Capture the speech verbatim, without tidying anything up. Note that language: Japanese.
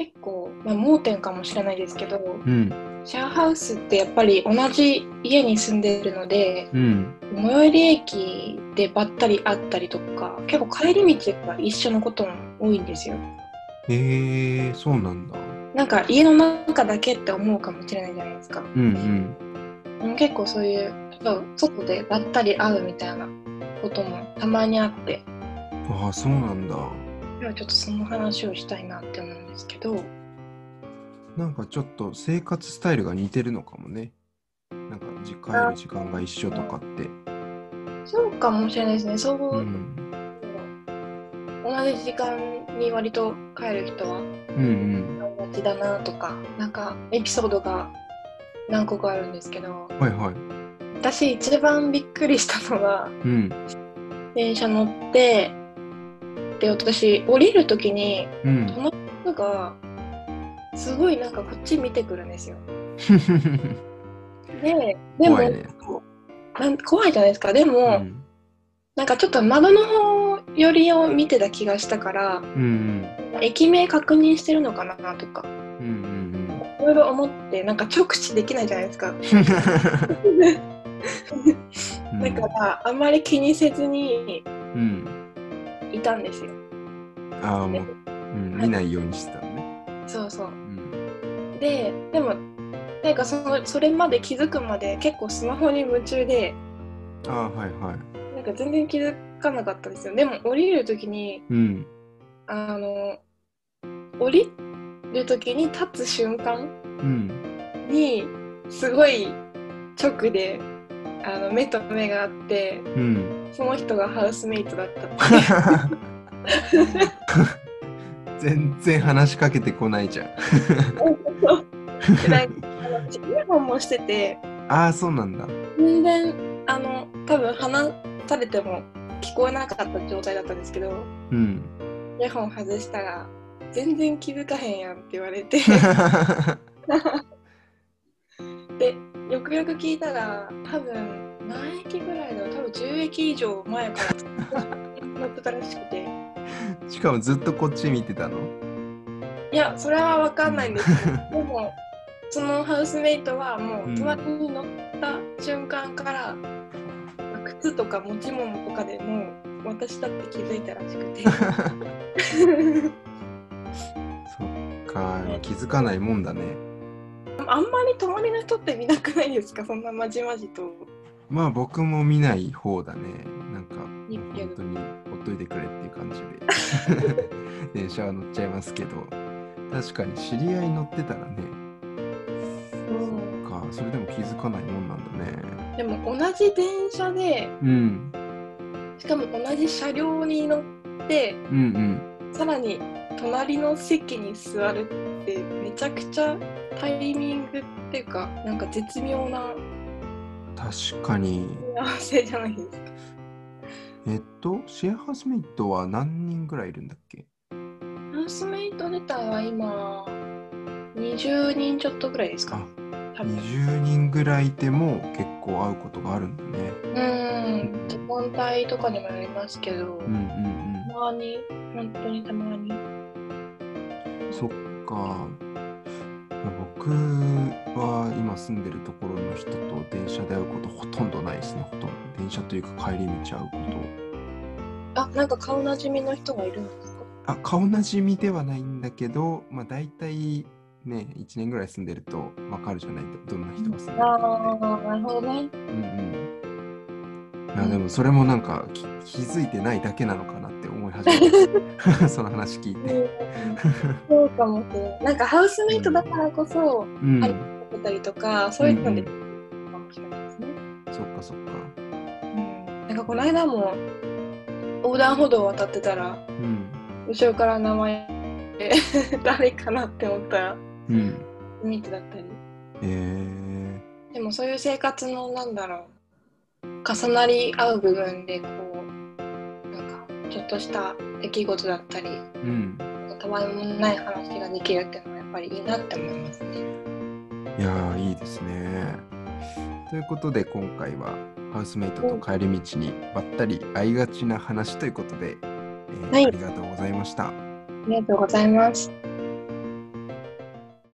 結構、まあ、盲点かもしれないですけど、 うん。 シェアハウスってやっぱり同じ家に住んでるので、 うん。 最寄り駅でばったり会ったりとか、結構帰り道が一緒のことも多いんですよ。 へえ、そうなんだ。 なんか家の中だけって思うかもしれないじゃないですか。 うん。 でも結構そういう外でばったり会うみたいなこともたまにあって、 うん。ああ、そうなんだ。 今日はちょっとその話をしたいなって思うんですけど、 なんかちょっと生活スタイルが似てるのかもね。なんかじ帰あ、 る時間が一緒とかって。 そうかもしれないですね。そうう、 ん。 同じ時間に割と帰る人はうんうん。 友達だなとか、なんかエピソードが何個かあるんですけど、 はいはい。 私一番びっくりしたのが、 うん。 電車乗って、で、私降りるときに、 うん。 その人がすごいなんかこっち見てくるんですよ。で、でも、 怖いね。 なん怖いじゃないですか。でも、 うん。 なんかちょっと窓の方寄りを見てた気がしたから、 うんうん。 駅名確認してるのかなとか、 うんうんいろいろ思って、なんか直視できないじゃないですか。 うん。うだかん。 ら、あんまり気にせずにうん。 いたんですよ。 ああ、 で、 もう、うん、 はい、 見ないようにしてたのね。 そうそう。 うん。 で、でも、なんかその、それまで気づくまで結構スマホに夢中で、 ああ、はいはい。 なんか全然気づかなかったんですよ。でも降りるときに、 うん。 あの、降りるときに立つ瞬間うん。 に、すごい直で、あの、目と目があって、 うん。 その人がハウスメイトだったっていう。 全然話しかけてこないじゃん。 で、なんか、私イヤホンもしてて、 ああ、そうなんだ。 全然、あの、多分話されても聞こえなかった状態だったんですけど、 うん。 イヤホン外したら、全然気づかへんやんって言われて、で、よくよく聞いたら、多分、何駅ぐらいだろう、多分じゅう駅以上前から乗ってたらしくて、 しかもずっとこっち見てたの？ いや、それはわかんないうん。 んですけど、でも、そのハウスメイトはもう、 うん。 隣に乗った瞬間から、靴とか持ち物とかでもう私だって気づいたらしくてそっか、 ね、 気づかないもんだね。 あんまり隣の人って見なくないですか？そんなまじまじとまあ僕も見ない方だね。なんかも見るけど。 う本当にほっといてくれっていう感じで電車は乗っちゃいますけど、確かに知り合い乗ってたらね、 うそん、 っか、それでも気づかないもんなんだね。 でも同じ電車で、 うん。 しかも同じ車両に乗って、 うんうん。 さらに隣の席に座るってめちゃくちゃタイミングっていうか、なんか絶妙な確かに。 組み合わせじゃないですか。 えっと、シェアハウスメイトは何人ぐらいいるんだっけ？ ハウスメイト自体は今にじゅうにんちょっとぐらいですかね。 あ、 多分。 にじゅうにんぐらいいても結構会うことがあるんだね。 うーん、時間帯とかにもよりますけど、 うんうんたまに、本当にたまに。 うん。そっか。僕は今住んでるところの人と電車で会うことほとんどないですね。ほとんど。電車というか帰り道会うこあ、なんか顔なじみの人がいるんですか？ と。あ、顔なじみではないんだけど、まあ大体ね、いちねんぐらい住んでるとわかるじゃないと、どんな人が住んでるかって。 ああ、なるほどね。 うんうん。いや、でうん。 もそれもなんか気気づいてないだけなのかなって思い始めました。その話聞いて。 うん、そうかもしれない。なんかハウスメイトだうん。 からこそ、 うん。 話してたりとか、 うんうそういうので、 ん。 かもしれないですね。 そっかそっか。 うん。なんかこの間も横断歩道を渡ってたら、 うん。 後ろから名前で誰かなって思ったら、 うん。 ミートだったり。 えでもそういう生活のなんだろう、重なり合う部分でこうなんかちょっとした出来事だったり、 ー、うん。 たわいもない話ができるっていうのはやっぱりいいなって思いますね。 いやー、いいですね。ということで今回はハウスメイトと帰り道にばったり会いがちな話ということで、えーはい、 ありがとうございました。 ありがとうございます。